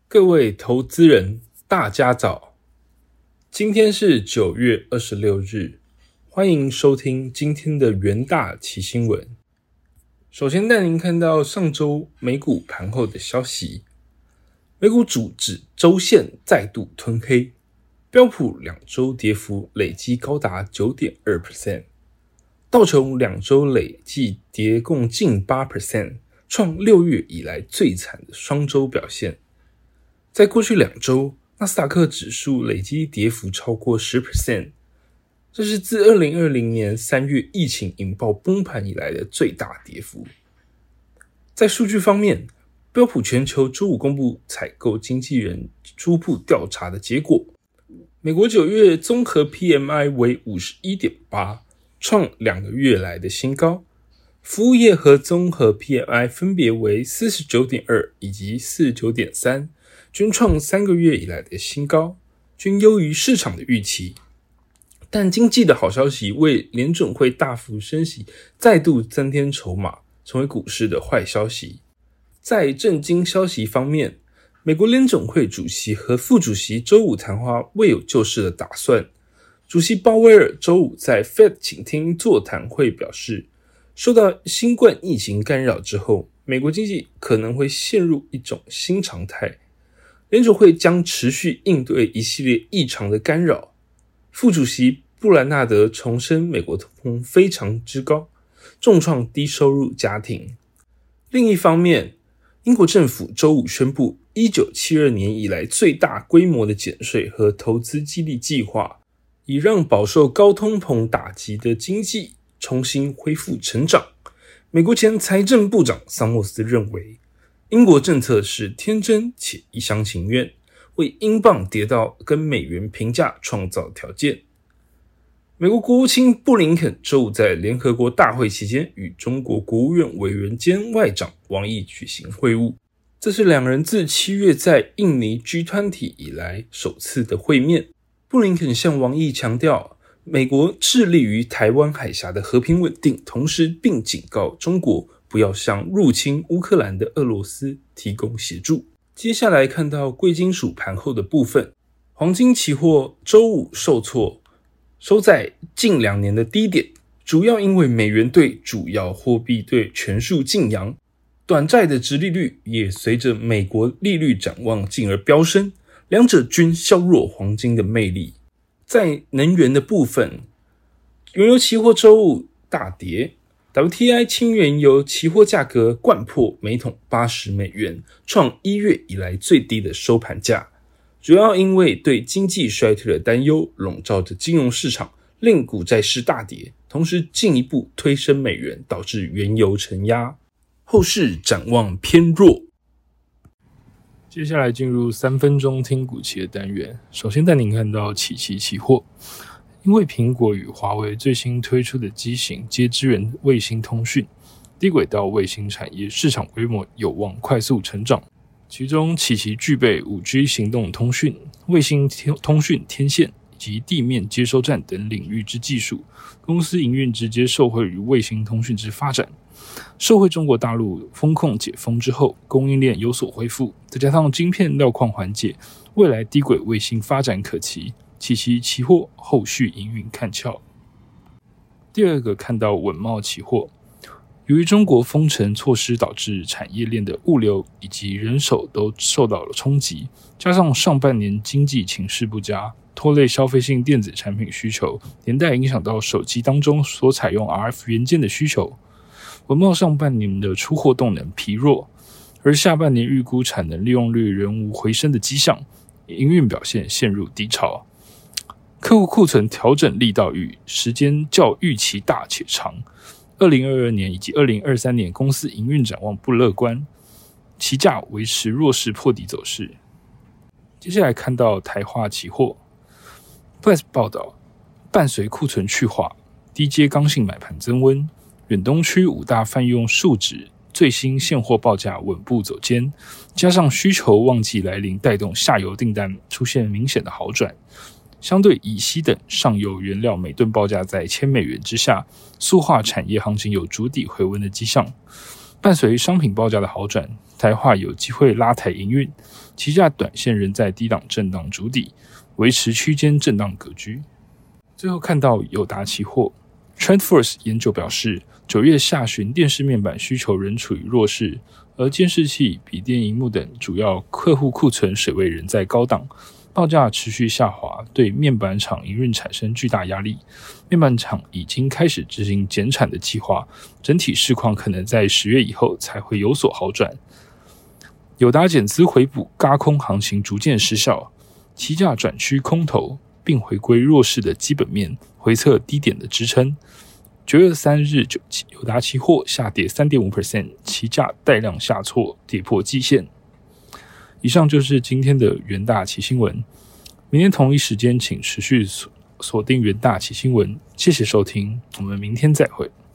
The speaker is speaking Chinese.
各位投资人，大家早！今天是9月26日，欢迎收听今天的元大奇新闻。首先带您看到上周美股盘后的消息，美股主指周线再度吞黑，标普2周跌幅累计高达 9.2%， 道琼2周累计跌共近 8%， 创6月以来最惨的双周表现。在过去2周，纳斯达克指数累积跌幅超过 10%， 这是自2020年3月疫情引爆崩盘以来的最大跌幅。在数据方面，标普全球周五公布采购经纪人初步调查的结果，美国9月综合 PMI 为 51.8， 创2个月来的新高，服务业和综合 PMI 分别为 49.2 以及 49.3，均创3个月以来的新高，均优于市场的预期。但经济的好消息为联准会大幅升息再度增添筹码，成为股市的坏消息。在政经消息方面，美国联准会主席和副主席周五谈话未有救市的打算。主席鲍威尔周五在 Fed 倾听座谈会表示，受到新冠疫情干扰之后，美国经济可能会陷入一种新常态。联准会将持续应对一系列异常的干扰。副主席布兰纳德重申美国通膨非常之高，重创低收入家庭。另一方面，英国政府周五宣布1972年以来最大规模的减税和投资激励计划，以让饱受高通膨打击的经济重新恢复成长。美国前财政部长桑莫斯认为，英国政策是天真且一厢情愿，为英镑跌到跟美元平价创造条件。美国国务卿布林肯周五在联合国大会期间与中国国务院委员兼外长王毅举行会晤，这是两人自7月在印尼 G20 以来首次的会面。布林肯向王毅强调，美国致力于台湾海峡的和平稳定，同时并警告中国不要向入侵乌克兰的俄罗斯提供协助。接下来看到贵金属盘后的部分，黄金期货周五受挫，收在近2年的低点，主要因为美元对主要货币对全数净扬，短债的殖利率也随着美国利率展望进而飙升，两者均削弱黄金的魅力。在能源的部分，原油期货周五大跌，WTI 轻原油期货价格掼破每桶80美元，创1月以来最低的收盘价，主要因为对经济衰退的担忧笼罩着金融市场，令股债市大跌，同时进一步推升美元，导致原油承压。后市展望偏弱。接下来进入3分钟听股期的单元，首先带您看到启奇期货。因为苹果与华为最新推出的机型皆支援卫星通讯，低轨道卫星产业市场规模有望快速成长。其中启奇具备 5G 行动通讯、卫星通讯天线以及地面接收站等领域之技术，公司营运直接受惠于卫星通讯之发展。受惠中国大陆封控解封之后，供应链有所恢复，再加上晶片料矿缓解，未来低轨卫星发展可期。启奇期货后续营运看俏。第二个看到稳懋期货，由于中国封城措施导致产业链的物流以及人手都受到了冲击，加上上半年经济情势不佳，拖累消费性电子产品需求，连带影响到手机当中所采用 RF 元件的需求。稳懋上半年的出货动能疲弱，而下半年预估产能利用率仍无回升的迹象，营运表现陷入低潮。客户库存调整力道与时间较预期大且长，2022年以及2023年公司营运展望不乐观，期价维持弱势破底走势。接下来看到台化期货 ，Plus 报道，伴随库存去化，低阶刚性买盘增温，远东区5大泛用树脂最新现货报价稳步走坚，加上需求旺季来临，带动下游订单出现明显的好转。相对乙烯等上游原料每吨报价在1000美元之下，塑化产业行情有筑底回温的迹象。 伴随商品报价的好转，台化有机会拉抬营运，期价短线仍在低档震荡筑底，维持区间震荡格局。最后看到友达期货 TrendForce 研究表示，9月下旬电视面板需求仍处于弱势，而监视器、笔电萤幕等主要客户库存水位仍在高档，报价持续下滑，对面板厂营运产生巨大压力。面板厂已经开始执行减产的计划，整体市况可能在10月以后才会有所好转。友达减资回补，軋空行情逐渐失效，期价转趋空头，并回归弱势的基本面，回测低点的支撑。9月3日，友达期货下跌 3.5%， 期价带量下挫，跌破季线。以上就是今天的元大期新闻，明天同一时间请持续锁定元大期新闻，谢谢收听，我们明天再会。